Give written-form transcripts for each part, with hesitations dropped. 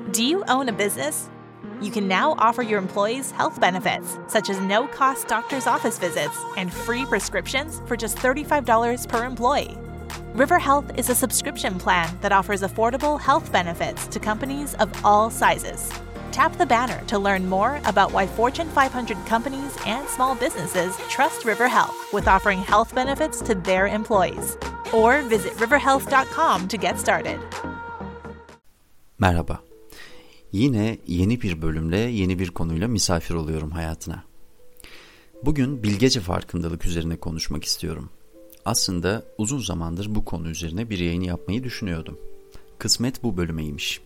Do you own a business? You can now offer your employees health benefits, such as no-cost doctor's office visits and free prescriptions for just $35 per employee. River Health is a subscription plan that offers affordable health benefits to companies of all sizes. Tap the banner to learn more about why Fortune 500 companies and small businesses trust River Health with offering health benefits to their employees. Or visit riverhealth.com to get started. Merhaba. Yine yeni bir bölümle, yeni bir konuyla misafir oluyorum hayatına. Bugün bilgece farkındalık üzerine konuşmak istiyorum. Aslında uzun zamandır bu konu üzerine bir yayın yapmayı düşünüyordum. Kısmet bu bölümeymiş.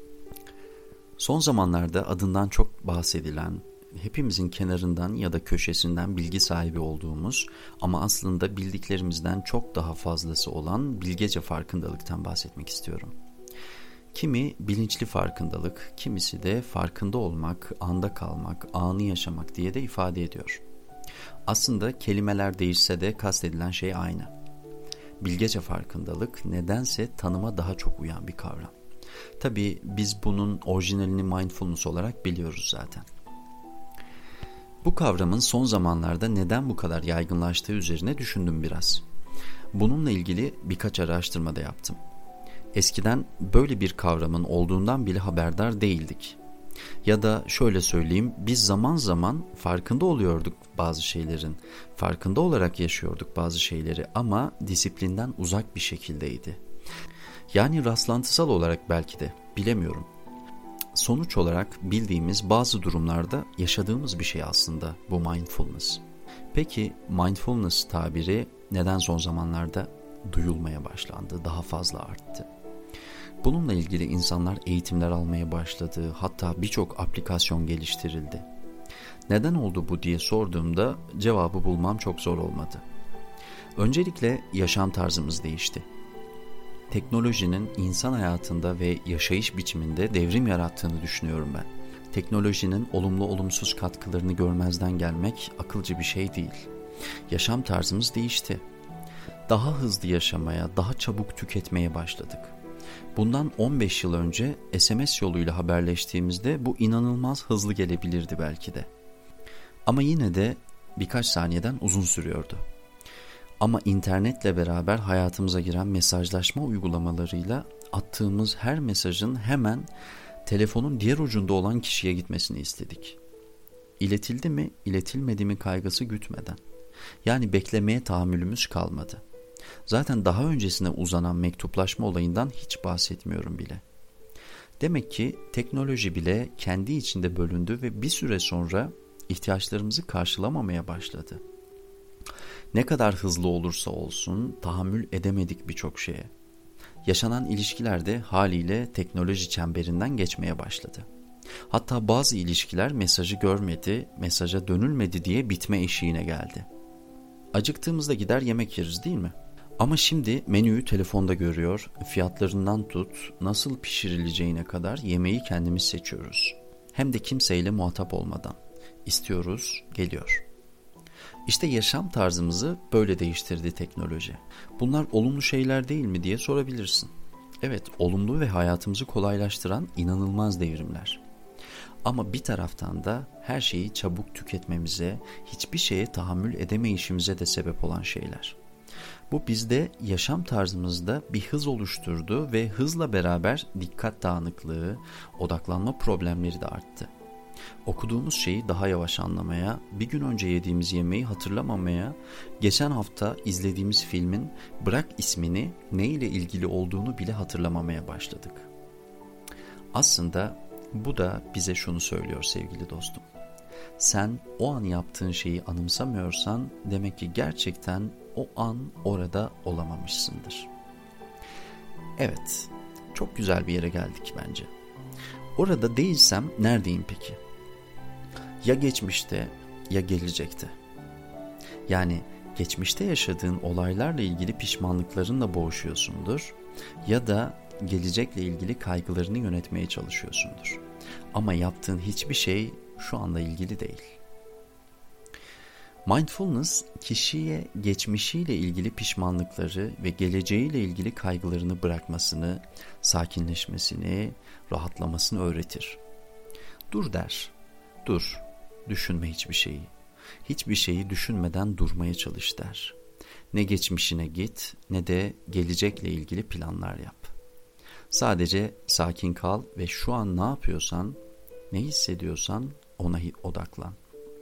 Son zamanlarda adından çok bahsedilen, hepimizin kenarından ya da köşesinden bilgi sahibi olduğumuz ama aslında bildiklerimizden çok daha fazlası olan bilgece farkındalıktan bahsetmek istiyorum. Kimi bilinçli farkındalık, kimisi de farkında olmak, anda kalmak, anı yaşamak diye de ifade ediyor. Aslında kelimeler değişse de kastedilen şey aynı. Bilgece farkındalık nedense tanıma daha çok uyan bir kavram. Tabii biz bunun orijinalini mindfulness olarak biliyoruz zaten. Bu kavramın son zamanlarda neden bu kadar yaygınlaştığı üzerine düşündüm biraz. Bununla ilgili birkaç araştırma da yaptım. Eskiden böyle bir kavramın olduğundan bile haberdar değildik. Ya da şöyle söyleyeyim, biz zaman zaman farkında oluyorduk bazı şeylerin, farkında olarak yaşıyorduk bazı şeyleri ama disiplinden uzak bir şekildeydi. Yani rastlantısal olarak belki de, bilemiyorum. Sonuç olarak bildiğimiz bazı durumlarda yaşadığımız bir şey aslında bu mindfulness. Peki mindfulness tabiri neden son zamanlarda duyulmaya başlandı, daha fazla arttı? Bununla ilgili insanlar eğitimler almaya başladı, hatta birçok aplikasyon geliştirildi. Neden oldu bu diye sorduğumda cevabı bulmam çok zor olmadı. Öncelikle yaşam tarzımız değişti. Teknolojinin insan hayatında ve yaşayış biçiminde devrim yarattığını düşünüyorum ben. Teknolojinin olumlu olumsuz katkılarını görmezden gelmek akılcı bir şey değil. Yaşam tarzımız değişti. Daha hızlı yaşamaya, daha çabuk tüketmeye başladık. Bundan 15 yıl önce SMS yoluyla haberleştiğimizde bu inanılmaz hızlı gelebilirdi belki de. Ama yine de birkaç saniyeden uzun sürüyordu. Ama internetle beraber hayatımıza giren mesajlaşma uygulamalarıyla attığımız her mesajın hemen telefonun diğer ucunda olan kişiye gitmesini istedik. İletildi mi, iletilmedi mi kaygısı gütmeden. Yani beklemeye tahammülümüz kalmadı. Zaten daha öncesine uzanan mektuplaşma olayından hiç bahsetmiyorum bile. Demek ki teknoloji bile kendi içinde bölündü ve bir süre sonra ihtiyaçlarımızı karşılamamaya başladı. Ne kadar hızlı olursa olsun tahammül edemedik birçok şeye. Yaşanan ilişkiler de haliyle teknoloji çemberinden geçmeye başladı. Hatta bazı ilişkiler mesajı görmedi, mesaja dönülmedi diye bitme eşiğine geldi. Acıktığımızda gider yemek yeriz değil mi? Ama şimdi menüyü telefonda görüyor, fiyatlarından tut, nasıl pişirileceğine kadar yemeği kendimiz seçiyoruz. Hem de kimseyle muhatap olmadan. İstiyoruz, geliyor. İşte yaşam tarzımızı böyle değiştirdi teknoloji. Bunlar olumlu şeyler değil mi diye sorabilirsin. Evet, olumlu ve hayatımızı kolaylaştıran inanılmaz devrimler. Ama bir taraftan da her şeyi çabuk tüketmemize, hiçbir şeye tahammül edemeyişimize de sebep olan şeyler. Bu bizde yaşam tarzımızda bir hız oluşturdu ve hızla beraber dikkat dağınıklığı, odaklanma problemleri de arttı. Okuduğumuz şeyi daha yavaş anlamaya, bir gün önce yediğimiz yemeği hatırlamamaya, geçen hafta izlediğimiz filmin bırak ismini ne ile ilgili olduğunu bile hatırlamamaya başladık. Aslında bu da bize şunu söylüyor sevgili dostum. Sen o an yaptığın şeyi anımsamıyorsan demek ki gerçekten o an orada olamamışsındır. Evet, çok güzel bir yere geldik bence. Orada değilsem neredeyim peki? Ya geçmişte ya gelecekte. Yani geçmişte yaşadığın olaylarla ilgili pişmanlıklarınla boğuşuyorsundur ya da gelecekle ilgili kaygılarını yönetmeye çalışıyorsundur. Ama yaptığın hiçbir şey şu anda ilgili değil. Mindfulness, kişiye geçmişiyle ilgili pişmanlıkları ve geleceğiyle ilgili kaygılarını bırakmasını, sakinleşmesini, rahatlamasını öğretir. Dur der. Dur. Düşünme hiçbir şeyi. Hiçbir şeyi düşünmeden durmaya çalış der. Ne geçmişine git ne de gelecekle ilgili planlar yap. Sadece sakin kal ve şu an ne yapıyorsan, ne hissediyorsan ona odaklan.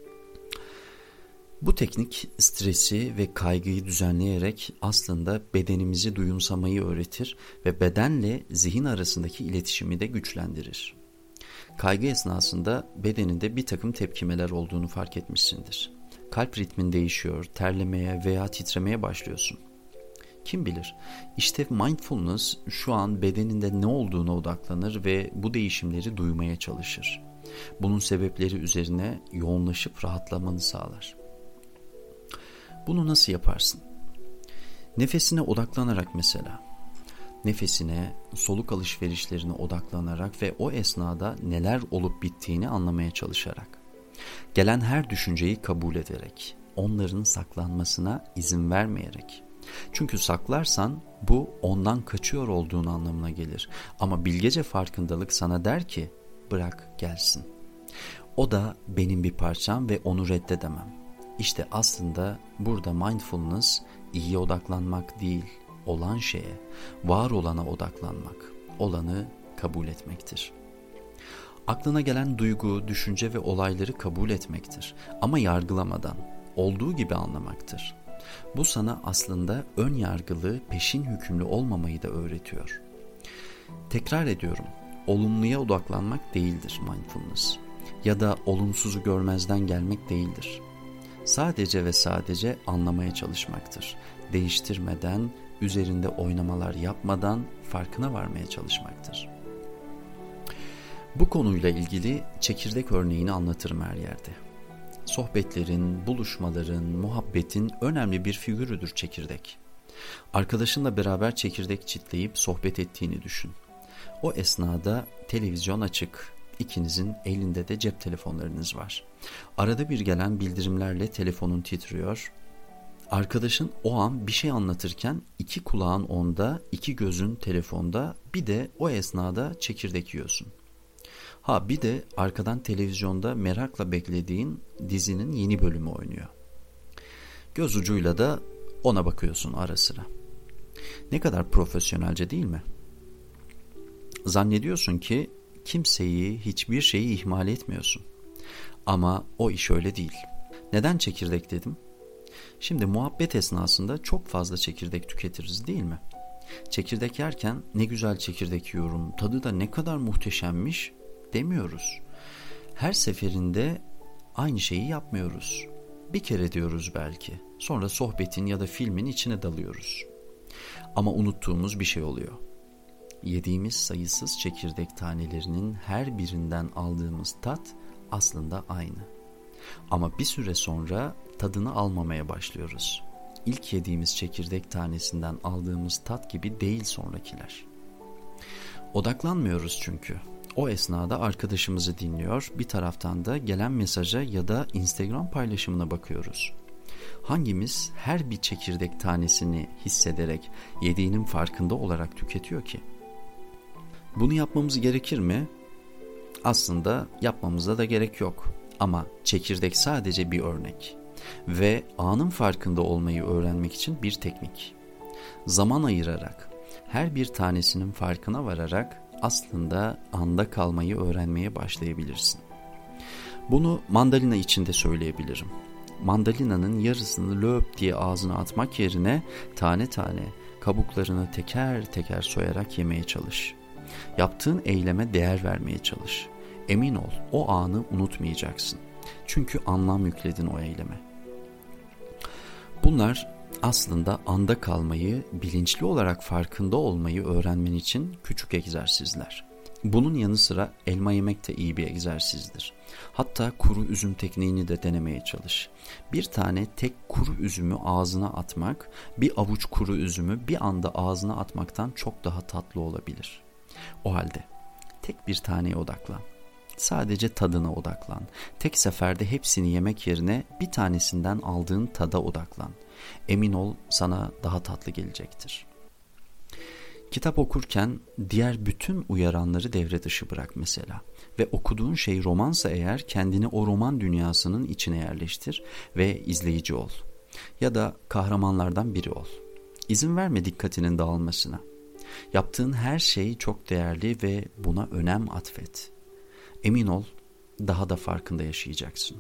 Bu teknik stresi ve kaygıyı düzenleyerek aslında bedenimizi duyumsamayı öğretir ve bedenle zihin arasındaki iletişimi de güçlendirir. Kaygı esnasında bedeninde bir takım tepkimeler olduğunu fark etmişsindir. Kalp ritmin değişiyor, terlemeye veya titremeye başlıyorsun. Kim bilir? İşte mindfulness şu an bedeninde ne olduğuna odaklanır ve bu değişimleri duymaya çalışır. Bunun sebepleri üzerine yoğunlaşıp rahatlamanı sağlar. Bunu nasıl yaparsın? Nefesine odaklanarak mesela. Nefesine, soluk alışverişlerine odaklanarak ve o esnada neler olup bittiğini anlamaya çalışarak. Gelen her düşünceyi kabul ederek, onların saklanmasına izin vermeyerek. Çünkü saklarsan bu ondan kaçıyor olduğun anlamına gelir. Ama bilgece farkındalık sana der ki bırak gelsin. O da benim bir parçam ve onu reddedemem. İşte aslında burada mindfulness iyiye odaklanmak değil, olan şeye, var olana odaklanmak, olanı kabul etmektir. Aklına gelen duygu, düşünce ve olayları kabul etmektir ama yargılamadan, olduğu gibi anlamaktır. Bu sana aslında ön yargılı, peşin hükümlü olmamayı da öğretiyor. Tekrar ediyorum, olumluya odaklanmak değildir mindfulness ya da olumsuzu görmezden gelmek değildir. Sadece ve sadece anlamaya çalışmaktır. Değiştirmeden, üzerinde oynamalar yapmadan farkına varmaya çalışmaktır. Bu konuyla ilgili çekirdek örneğini anlatırım her yerde. Sohbetlerin, buluşmaların, muhabbetin önemli bir figürüdür çekirdek. Arkadaşınla beraber çekirdek çitleyip sohbet ettiğini düşün. O esnada televizyon açık, ikinizin elinde de cep telefonlarınız var. Arada bir gelen bildirimlerle telefonun titriyor. Arkadaşın o an bir şey anlatırken iki kulağın onda, iki gözün telefonda, bir de o esnada çekirdek yiyorsun. Ha bir de arkadan televizyonda merakla beklediğin dizinin yeni bölümü oynuyor. Göz ucuyla da ona bakıyorsun ara sıra. Ne kadar profesyonelce değil mi? Zannediyorsun ki kimseyi, hiçbir şeyi ihmal etmiyorsun. Ama o iş öyle değil. Neden çekirdek dedim? Şimdi muhabbet esnasında çok fazla çekirdek tüketiriz değil mi? Çekirdek yerken ne güzel çekirdek yiyorum, tadı da ne kadar muhteşemmiş demiyoruz. Her seferinde aynı şeyi yapmıyoruz. Bir kere diyoruz belki. Sonra sohbetin ya da filmin içine dalıyoruz. Ama unuttuğumuz bir şey oluyor. Yediğimiz sayısız çekirdek tanelerinin her birinden aldığımız tat aslında aynı. Ama bir süre sonra tadını almamaya başlıyoruz. İlk yediğimiz çekirdek tanesinden aldığımız tat gibi değil sonrakiler. Odaklanmıyoruz çünkü. O esnada arkadaşımızı dinliyor, bir taraftan da gelen mesaja ya da Instagram paylaşımına bakıyoruz. Hangimiz her bir çekirdek tanesini hissederek yediğinin farkında olarak tüketiyor ki? Bunu yapmamız gerekir mi? Aslında yapmamıza da gerek yok. Ama çekirdek sadece bir örnek ve anın farkında olmayı öğrenmek için bir teknik. Zaman ayırarak, her bir tanesinin farkına vararak aslında anda kalmayı öğrenmeye başlayabilirsin. Bunu mandalina için de söyleyebilirim. Mandalinanın yarısını löp diye ağzına atmak yerine tane tane kabuklarını teker teker soyarak yemeye çalış. Yaptığın eyleme değer vermeye çalış. Emin ol, o anı unutmayacaksın. Çünkü anlam yükledin o eyleme. Bunlar aslında anda kalmayı, bilinçli olarak farkında olmayı öğrenmen için küçük egzersizler. Bunun yanı sıra elma yemek de iyi bir egzersizdir. Hatta kuru üzüm tekniğini de denemeye çalış. Bir tane tek kuru üzümü ağzına atmak, bir avuç kuru üzümü bir anda ağzına atmaktan çok daha tatlı olabilir. O halde tek bir taneye odaklan. Sadece tadına odaklan. Tek seferde hepsini yemek yerine bir tanesinden aldığın tada odaklan. Emin ol sana daha tatlı gelecektir. Kitap okurken diğer bütün uyaranları devre dışı bırak mesela. Ve okuduğun şey romansa eğer kendini o roman dünyasının içine yerleştir ve izleyici ol. Ya da kahramanlardan biri ol. İzin verme dikkatinin dağılmasına. Yaptığın her şey çok değerli ve buna önem atfet. Emin ol daha da farkında yaşayacaksın.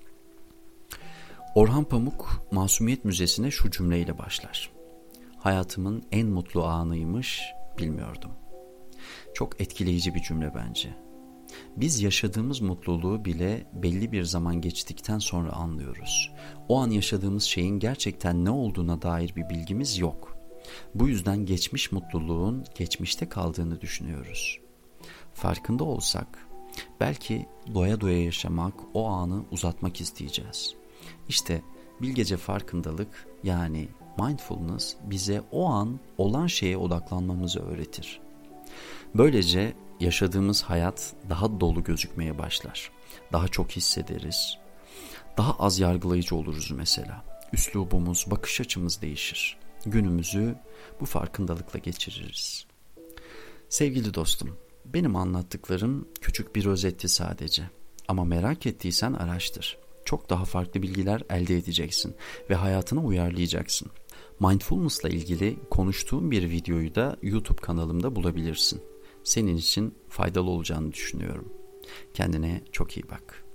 Orhan Pamuk Masumiyet Müzesi'ne şu cümleyle başlar. Hayatımın en mutlu anıymış, bilmiyordum. Çok etkileyici bir cümle bence. Biz yaşadığımız mutluluğu bile belli bir zaman geçtikten sonra anlıyoruz. O an yaşadığımız şeyin gerçekten ne olduğuna dair bir bilgimiz yok. Bu yüzden geçmiş mutluluğun geçmişte kaldığını düşünüyoruz. Farkında olsak, belki doya doya yaşamak, o anı uzatmak isteyeceğiz. İşte bilgece farkındalık yani mindfulness bize o an olan şeye odaklanmamızı öğretir. Böylece yaşadığımız hayat daha dolu gözükmeye başlar. Daha çok hissederiz. Daha az yargılayıcı oluruz mesela. Üslubumuz, bakış açımız değişir. Günümüzü bu farkındalıkla geçiririz. Sevgili dostum, benim anlattıklarım küçük bir özetti sadece. Ama merak ettiysen araştır. Çok daha farklı bilgiler elde edeceksin ve hayatına uyarlayacaksın. Mindfulness'la ilgili konuştuğum bir videoyu da YouTube kanalımda bulabilirsin. Senin için faydalı olacağını düşünüyorum. Kendine çok iyi bak.